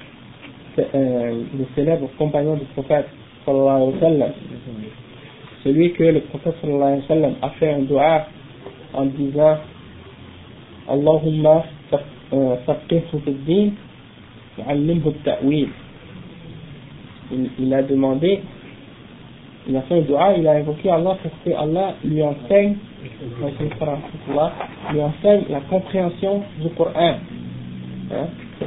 célèbre compagnon du prophète sallallahu alayhi wa sallam, celui que le prophète sallallahu alayhi wa sallam a fait un dua en disant Allahumma faqihhu fid din wa 'allimhu at-ta'wil. Il a demandé, il a fait un dua, il a invoqué Allah pour que Allah lui enseigne la compréhension du Coran. Hein?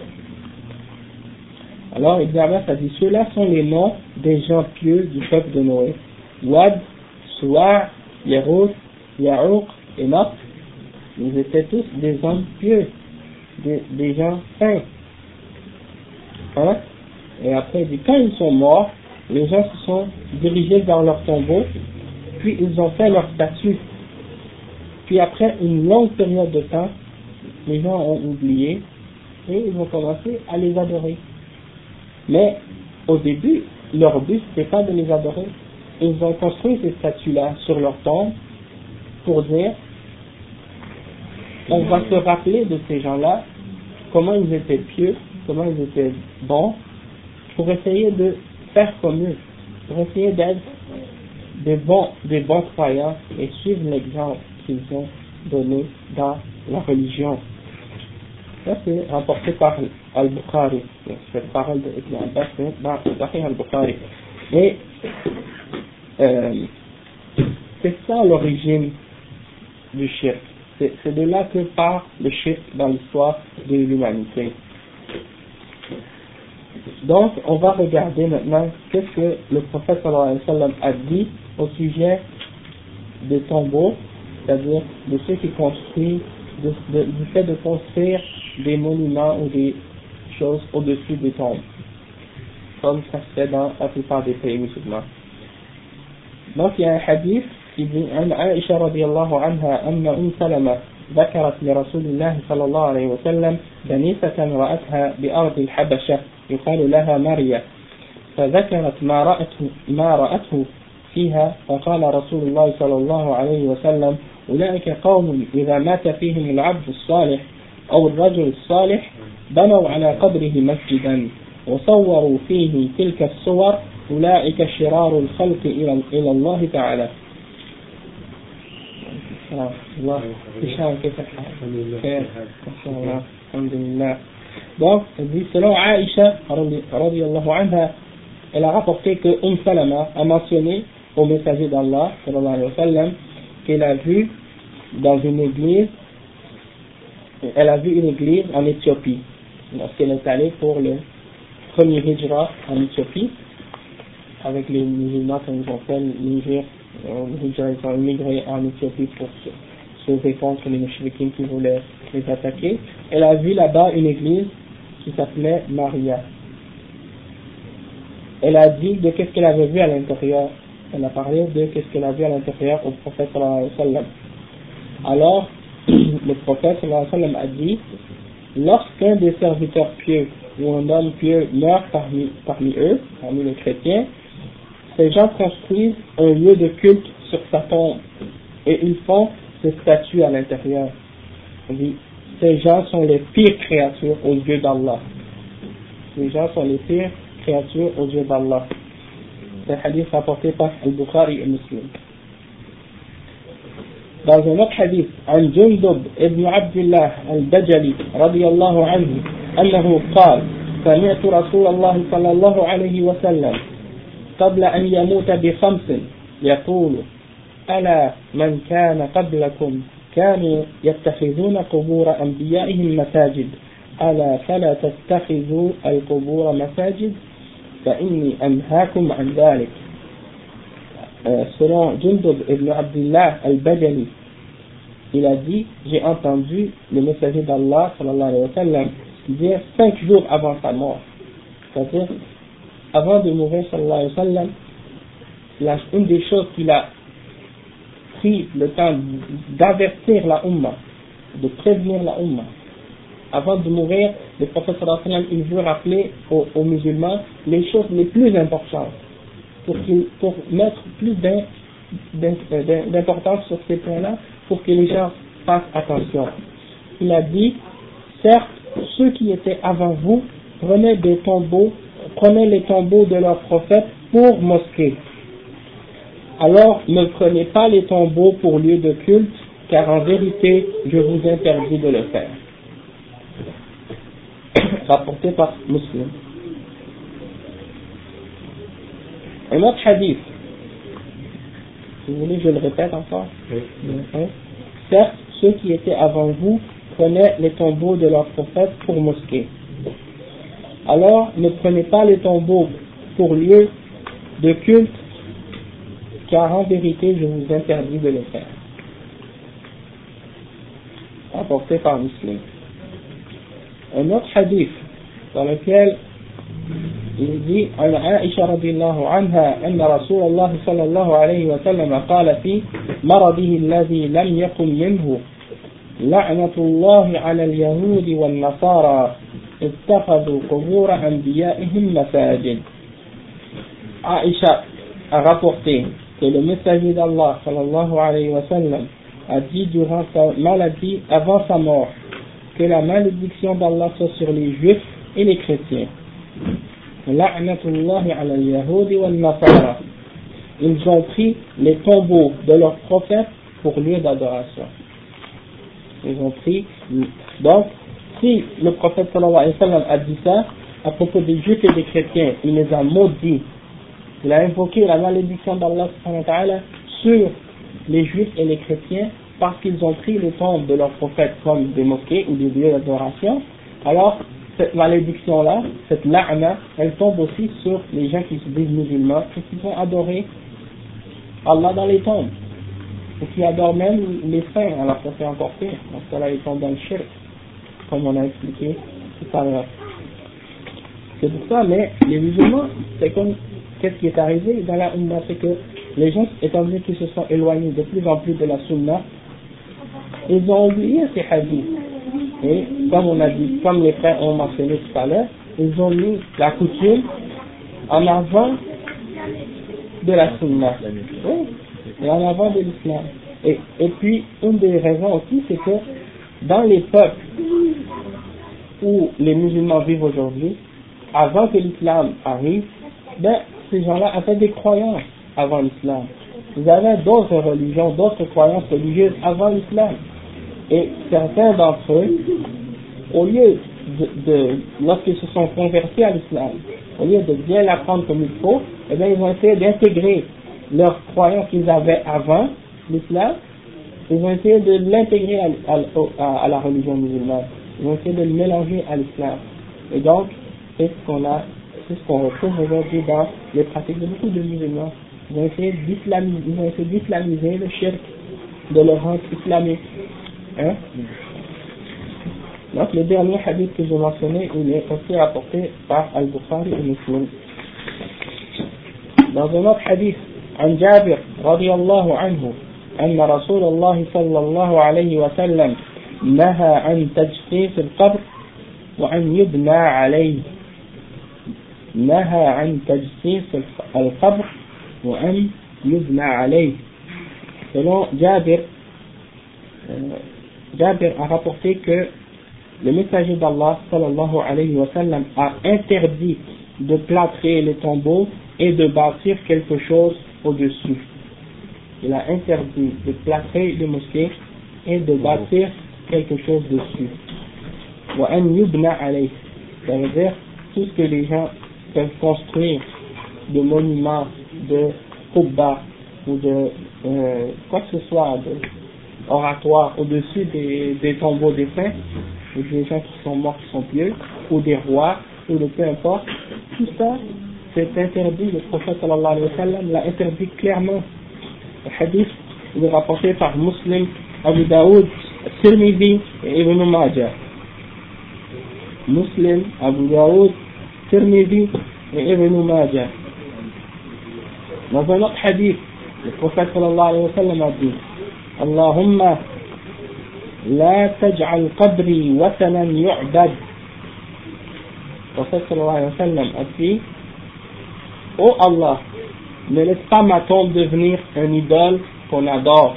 Alors Ibn Abbas a dit, ceux-là sont les noms des gens pieux du peuple de Noé. Wad, Suwa, Yarouth, Ya'ouq et Nasr, Ils étaient tous des hommes pieux, des gens saints. Hein? Et après, il dit, quand ils sont morts, les gens se sont dirigés vers leur tombeau, puis ils ont fait leur statue. Puis après une longue période de temps, les gens ont oublié et ils ont commencé à les adorer. Mais au début, leur but c'était pas de les adorer. Ils ont construit ces statues-là sur leur tombe pour dire on va se rappeler de ces gens-là, comment ils étaient pieux, comment ils étaient bons, pour essayer de faire comme eux, pour essayer d'être des bons croyants et suivre l'exemple qu'ils ont donné dans la religion. Ça c'est rapporté par Al-Bukhari, cette parole de Ibn Abbas dans Sahih Al-Bukhari. Et c'est ça l'origine du shirk. C'est de là que part le shirk dans l'histoire de l'humanité. Donc, on va regarder maintenant qu'est-ce que le prophète sallallahu alayhi wa sallam a dit au sujet des tombeaux, c'est-à-dire de ceux qui construisent, du fait de construire des monuments ou des choses au-dessus des tombes, comme ça se fait dans la plupart des pays musulmans. Donc, il y a un hadith qui dit عن عائشة رضي الله عنها أن سلمة ذكرت لرسول الله صلى الله عليه وسلم كنيسة رأتها بأرض الحبشة يقال لها مريا، فذكرت ما رأته فيها، فقال رسول الله صلى الله عليه وسلم أولئك قوم إذا مات فيهم العبد الصالح أو الرجل الصالح بنوا على قبره مسجدا وصوروا فيه تلك الصور، أولئك شرار الخلق إلى الله تعالى. Donc, selon Aïcha, radiyallahu anha, elle a rapporté que Salama a mentionné au messager d'Allah, sallallahu alayhi wa sallam, qu'elle a vu dans une église, elle a vu une église en Éthiopie, lorsqu'elle est allée pour le premier hijra en Éthiopie, avec les musulmans quand ils ont fait l'hijra, ils ont immigré en Éthiopie pour se sauver contre les mouchriquins qui voulaient les attaquer. Elle a vu là-bas une église qui s'appelait Maria. Elle a dit de qu'est-ce qu'elle avait vu à l'intérieur. Elle a parlé de qu'est-ce qu'elle a vu à l'intérieur au prophète sallallahu alayhi wa sallam. Alors, le prophète sallallahu alayhi wa sallam a dit, lorsqu'un des serviteurs pieux ou un homme pieux meurt parmi eux, parmi les chrétiens, ces gens construisent un lieu de culte sur sa tombe et ils font ses statues à l'intérieur. On dit, ces gens sont les pires créatures aux yeux d'Allah. Ces gens sont les pires créatures aux yeux d'Allah. C'est un hadith rapporté par Al-Bukhari et Muslim. Dans un autre hadith, عن جندب ابن عبد الله البجلي رضي الله عنه أنه قال سمعت رسول الله صلى الله عليه وسلم قبل أن يموت ب5 يقول ألا من كان قبلكم كانوا يتخذون قبور أنبيائهم مساجد ألا فلا تتخذوا القبور مساجد فإني أنهاكم عن ذلك. Selon Jundub ibn Abdullah al-Bajali, il a dit, j'ai entendu le messager d'Allah sallallahu alayhi wa sallam dire 5 jours avant sa mort, c'est-à-dire avant de mourir sallallahu alayhi wa sallam, une des choses qu'il a pris le temps d'avertir la Ummah, de prévenir la Ummah, avant de mourir, le prophète sallallahu alayhi wa sallam, il veut rappeler aux musulmans les choses les plus importantes, pour mettre plus d'importance sur ces points-là, pour que les gens fassent attention. Il a dit, certes, ceux qui étaient avant vous prenaient les tombeaux de leurs prophètes pour mosquées. Alors, ne prenez pas les tombeaux pour lieu de culte, car en vérité, je vous interdis de le faire. Rapporté par Muslim. Un autre hadith, si vous voulez je le répète encore. Certes, ceux qui étaient avant vous prenaient les tombeaux de leurs prophètes pour mosquée. Alors ne prenez pas les tombeaux pour lieu de culte, car en vérité je vous interdis de le faire. apporté par Muslim. Un autre hadith dans lequel il dit عن عائشة رضي الله عنها أن رسول الله صلى الله عليه وسلم قال في مرضه الذي لم يقم منه لعنة الله على اليهود والنصارى اتخذوا قبور أنبيائهم مساجد. Aïcha a rapporté que le messager d'Allah sallallahu alayhi wa sallam a dit durant sa maladie avant sa mort que la malédiction d'Allah soit sur les juifs et les chrétiens. La'natullahi ala al-yahudi wal nasara. Ils ont pris les tombeaux de leurs prophètes pour lieu d'adoration. Ils ont pris, donc si le prophète sallallahu alayhi wa sallam a dit ça à propos des juifs et des chrétiens, il les a maudits. Il a invoqué la malédiction d'Allah sur les juifs et les chrétiens parce qu'ils ont pris les tombes de leurs prophètes comme des mosquées ou des lieux d'adoration. Alors, cette malédiction-là, cette la'na, elle tombe aussi sur les gens qui se disent musulmans et qui vont adorer Allah dans les tombes. Et qui adorent même les saints, alors ça fait encore pire. Donc cela, ils tombent dans le shirk, comme on a expliqué tout à l'heure. C'est pour ça, mais les musulmans, c'est comme, qu'est-ce qui est arrivé dans la Ummah, c'est que les gens, étant donné qu'ils se sont éloignés de plus en plus de la Sunna, ils ont oublié ces hadiths. Et comme on a dit, comme les frères ont mentionné tout à l'heure, ils ont mis la coutume en avant de la Sunna. Oui, et en avant de l'islam. Et puis, une des raisons aussi, c'est que dans les peuples où les musulmans vivent aujourd'hui, avant que l'islam arrive, ben, ces gens-là avaient des croyances avant l'islam. Ils avaient d'autres religions, d'autres croyances religieuses avant l'islam. Et certains d'entre eux, au lieu lorsqu'ils se sont convertis à l'islam, au lieu de bien l'apprendre comme il faut, eh bien, ils ont essayé d'intégrer leurs croyances qu'ils avaient avant l'islam, ils ont essayé de l'intégrer à la religion musulmane. Ils ont essayé de le mélanger à l'islam. Et donc, c'est ce qu'on retrouve aujourd'hui dans les pratiques de beaucoup de musulmans. Ils ont essayé d'islamiser le shirk, de le rendre islamique. Hein? Donc le dernier hadith que j'ai mentionné, il est aussi rapporté par Al-Bukhari et Muslim. Dans un autre hadith, عن جابر رضي الله عنه أن رسول الله صلى الله عليه وسلم نهى عن تجسيس القبر وأن يبنى عليه. نهى عن تجسيس القبر وأن يبنى عليه. Selon Jabir, Jabir a rapporté que le messager d'Allah sallallahu alayhi wa sallam a interdit de plâtrer les tombeaux et de bâtir quelque chose au-dessus. Il a interdit de plâtrer les mosquées et de bâtir quelque chose dessus. Wa an yubna alayh. Ça veut dire tout ce que les gens peuvent construire de monuments, de qubba ou de quoi que ce soit, de oratoire au-dessus des tombeaux des saints, ou des gens qui sont morts, qui sont pieux, ou des rois, ou de peu importe, tout ça c'est interdit. Le prophète sallallahu alayhi wa sallam l'a interdit clairement. Le hadith il est rapporté par Muslim, Abu Daoud, Tirmidhi et Ibn Majah. Muslim, Abu Daoud, Tirmidhi et Ibn Majah. Dans un autre hadith, le prophète sallallahu alayhi wa sallam a dit Allahumma la taj'al qabri watanan yu'bad. Le prophète sallallahu alayhi wa sallam a dit Oh Allah, ne laisse pas ma tombe devenir un idole qu'on adore.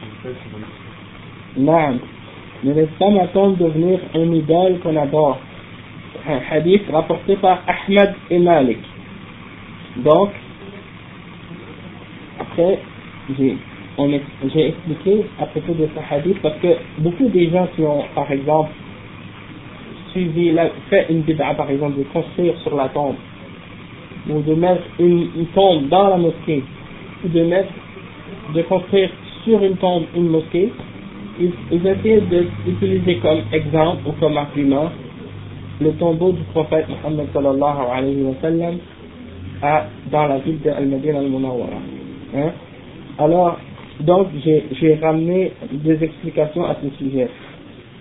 Non, ne laisse pas ma tombe devenir un idole qu'on adore. Un hadith rapporté par Ahmed et Malik. Donc, après, j'ai expliqué à propos de ce hadith parce que beaucoup des gens qui ont, par exemple, fait une bid'a, par exemple, de construire sur la tombe, ou de mettre une tombe dans la mosquée, ou de construire sur une tombe une mosquée, ils essaient d'utiliser comme exemple ou comme argument le tombeau du prophète Muhammad sallallahu alayhi wa sallam dans la ville de Al-Madinah al-Munawwara. Hein? Alors, donc j'ai ramené des explications à ce sujet.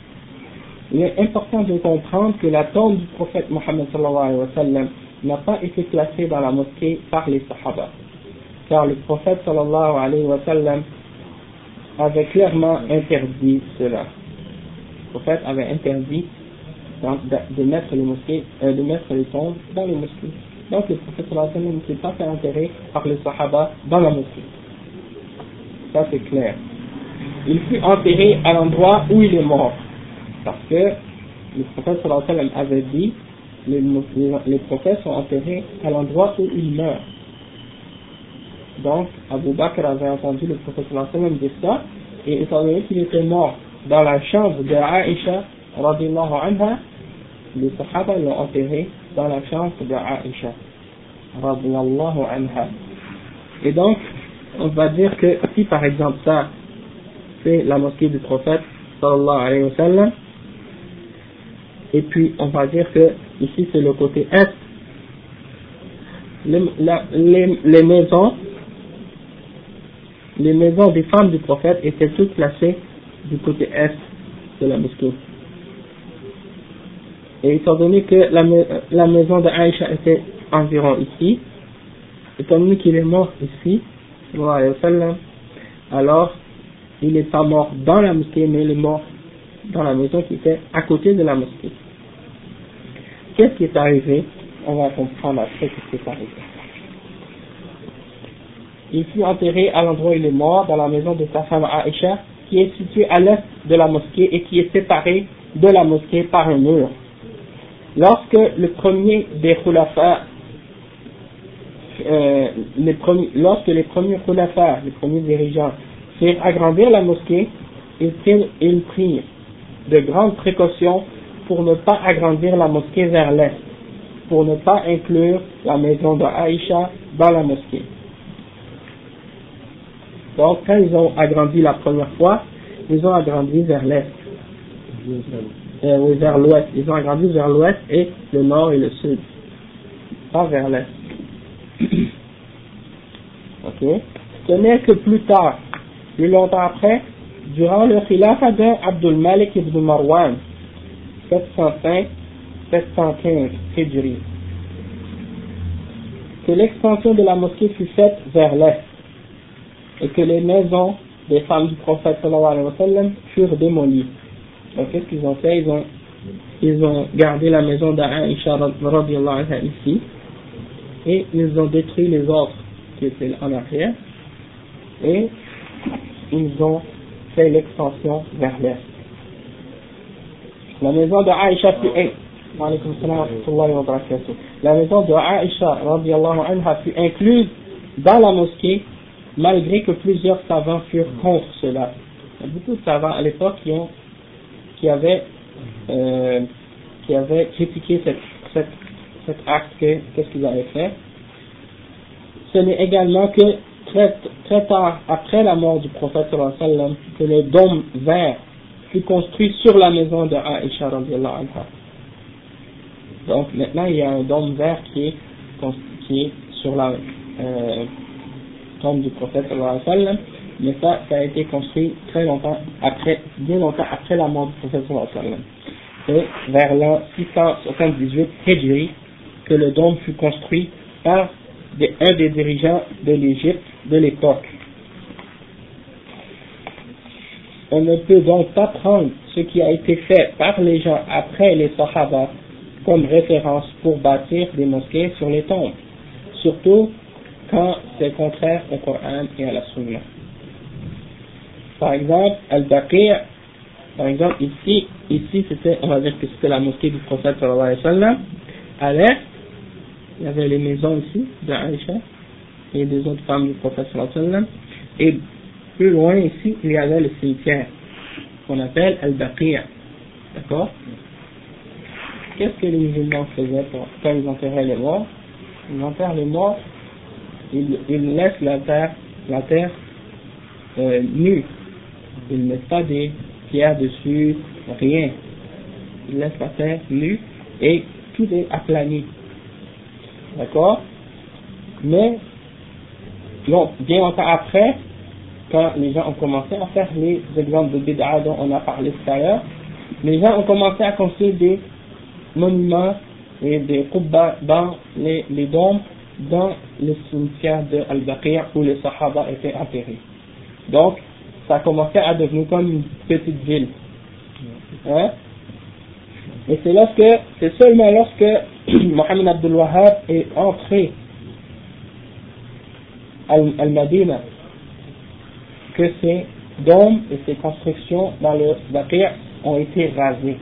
il est important de comprendre que la tombe du prophète Mohammed sallallahu alayhi wa sallam n'a pas été placée dans la mosquée par les Sahaba. Car le prophète sallallahu alayhi wa sallam avait clairement interdit cela. Le prophète avait interdit de mettre les tombes dans les mosquées. Donc le prophète sallallahu alayhi wa sallam ne s'est pas fait enterrer par les Sahaba dans la mosquée. Ça c'est clair. Il fut enterré à l'endroit où il est mort. Parce que le prophète sallallahu alayhi wa sallam avait dit les prophètes sont enterrés à l'endroit où ils meurent. Donc Abu Bakr avait entendu le prophète sallallahu alayhi wa sallam dire ça, et étant donné qu'il était mort dans la chambre de Aïcha radiyallahu anha, les Sahaba l'ont enterré dans la chambre de Aïcha radiyallahu anha. Et donc on va dire que si par exemple ça c'est la mosquée du prophète sallallahu alayhi wa sallam, et puis on va dire que ici c'est le côté est, les maisons des femmes du prophète étaient toutes placées du côté est de la mosquée. Et étant donné que la maison de Aïcha était environ ici, étant donné qu'il est mort ici, sallallahu alayhi wa sallam, alors il n'est pas mort dans la mosquée, mais il est mort dans la maison qui était à côté de la mosquée. Qu'est-ce qui est arrivé? On va comprendre après ce qui est arrivé. Il fut enterré à l'endroit où il est mort, dans la maison de sa femme Aïcha, qui est située à l'est de la mosquée et qui est séparée de la mosquée par un mur. Lorsque le premier des khulafas, lorsque les premiers khulafas, les premiers dirigeants, firent agrandir la mosquée, ils prirent de grandes précautions pour ne pas agrandir la mosquée vers l'est, pour ne pas inclure la maison de Aïcha dans la mosquée. Donc quand ils ont agrandi la première fois, ils ont agrandi vers l'est, vers l'ouest, ils ont agrandi vers l'ouest et le nord et le sud, pas vers l'est. Ok. Ce n'est que plus tard, plus longtemps après, durant le khilafa d'Abdul Malik ibn Marwan, 705-715 Hijri, que l'extension de la mosquée fut faite vers l'est et que les maisons des femmes du prophète sallallahu alayhi wa sallam furent démolies. Donc qu'est-ce qu'ils ont fait? Ils ont gardé la maison d'Aïcha radiyallahu anha ici et ils ont détruit les autres qui étaient en arrière et ils ont fait l'extension vers l'est. La maison de Aïcha la maison de Aïcha radiyallahu anha fut incluse dans la mosquée, malgré que plusieurs savants furent contre cela. Il y a beaucoup de savants à l'époque qui avaient critiqué cet acte, qu'est-ce qu'ils avaient fait. Ce n'est également que très tard après la mort du prophète sallallahu alayhi wa sallam que le dôme vert fut construit sur la maison de Aïcha radiyallahu anha. Donc maintenant il y a un dôme vert qui est sur la tombe du prophète sallallahu alayhi wa sallam, mais ça a été construit bien longtemps après la mort du prophète sallallahu alayhi wa sallam. C'est vers l'an 678 Hijri que le dôme fut construit par un des dirigeants de l'Égypte de l'époque. On ne peut donc pas prendre ce qui a été fait par les gens après les Sahaba comme référence pour bâtir des mosquées sur les tombes, surtout quand c'est contraire au Coran et à la Sunna. Par exemple, Al-Baqi', par exemple ici c'était, on va dire que c'était la mosquée du prophète sallallahu alayhi wa sallam. À l'est, il y avait les maisons ici d'Aïcha et des autres femmes du prophète sallallahu alayhi wa sallam, et plus loin ici il y avait le cimetière qu'on appelle Al-Baqi'. D'accord? Qu'est-ce que les musulmans faisaient quand ils enterraient les morts? Ils enterrent les morts, ils laissent la terre nue, ils ne mettent pas des pierres dessus, rien, ils laissent la terre nue et tout est aplani. D'accord? Mais bien longtemps après, quand les gens ont commencé à faire les exemples de bid'a dont on a parlé tout à l'heure, les gens ont commencé à construire des monuments et des qubba dans les dômes dans le cimetière de Al-Baqi' où les Sahaba étaient enterrés. Donc, ça a commencé à devenir comme une petite ville. Hein? Et c'est seulement lorsque Mohammed Abdul Wahhab est entré à Al-Madina que ces dômes et ces constructions dans le Baqi' ont été rasés.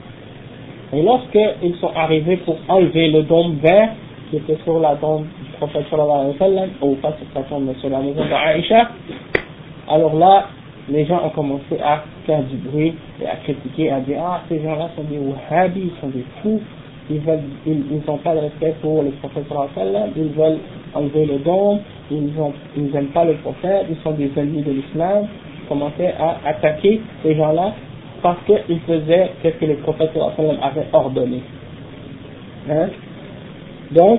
Et lorsqu'ils sont arrivés pour enlever le dôme vert qui était sur la tombe du prophète sallallahu alayhi wa sallam, ou pas sur sa tombe mais sur la maison d'Aïcha, alors là les gens ont commencé à faire du bruit et à critiquer, à dire ah ces gens là sont des wahhabis, ils sont des fous, ils n'ont pas de respect pour le prophète sallallahu alayhi wa sallam, ils veulent enlever le dôme, ils n'aiment pas le prophète, ils sont des ennemis de l'islam. Ils commençaient à attaquer ces gens là parce qu'ils faisaient ce que le prophète sallallahu alayhi wa sallam avait ordonné. Hein? Donc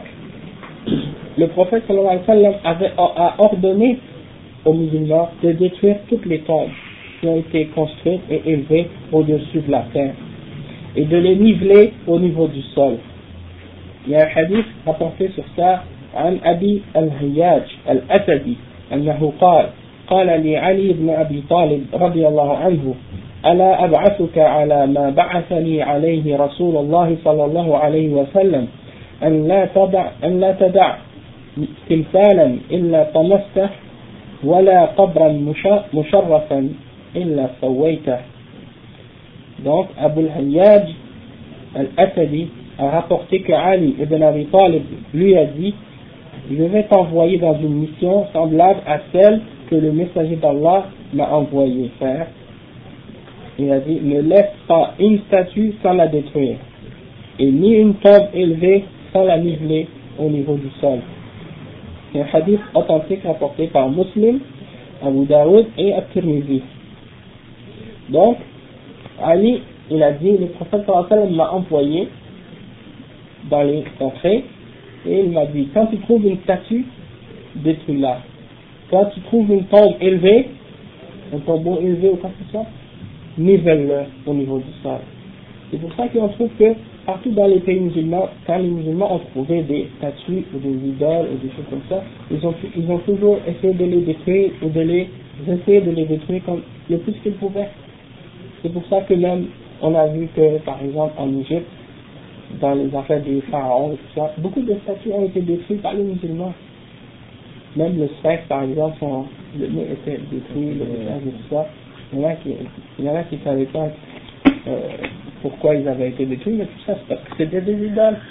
le prophète sallallahu alayhi wa sallam a ordonné aux musulmans de détruire toutes les tombes qui ont été construites et élevées au-dessus de la terre et de les niveler au niveau du sol. Il y a un hadith rapporté sur ça عن أبي الهياج الأسدي أنه قال لي علي بن أبي طالب رضي الله عنه ألا أبعثك على ما بعثني عليه رسول الله صلى الله عليه وسلم أن لا تدع تمثالا إلا طمسته ولا قبرا مشرفا إلا سويته. Donc Abu al-Hayyaj al-Asadi a rapporté que Ali ibn Abi Talib lui a dit: je vais t'envoyer dans une mission semblable à celle que le messager d'Allah m'a envoyé faire. Il a dit: ne laisse pas une statue sans la détruire et ni une tombe élevée sans la niveler au niveau du sol. C'est un hadith authentique rapporté par Muslim, Abu Daoud et At-Tirmidhi. Donc, Ali, il a dit, le prophète sallallahu alayhi wa sallam m'a envoyé dans les contrées et il m'a dit, quand tu trouves une statue, détruis-la. Quand tu trouves une tombe élevée, un tombeau élevé ou quoi que ce soit, nivelle-le au niveau du sol. C'est pour ça qu'on trouve que partout dans les pays musulmans, quand les musulmans ont trouvé des statues ou des idoles ou des choses comme ça, ils ont toujours essayé de les détruire ou essayer de les détruire comme le plus qu'ils pouvaient. C'est pour ça que même on a vu que par exemple en Égypte, dans les affaires des pharaons et tout ça, beaucoup de statues ont été détruites par les musulmans. Même le sphinx par exemple, le nez était détruit, le visage et tout ça. Il y en a qui ne savaient pas pourquoi ils avaient été détruits, mais tout ça c'est parce que c'était des idoles.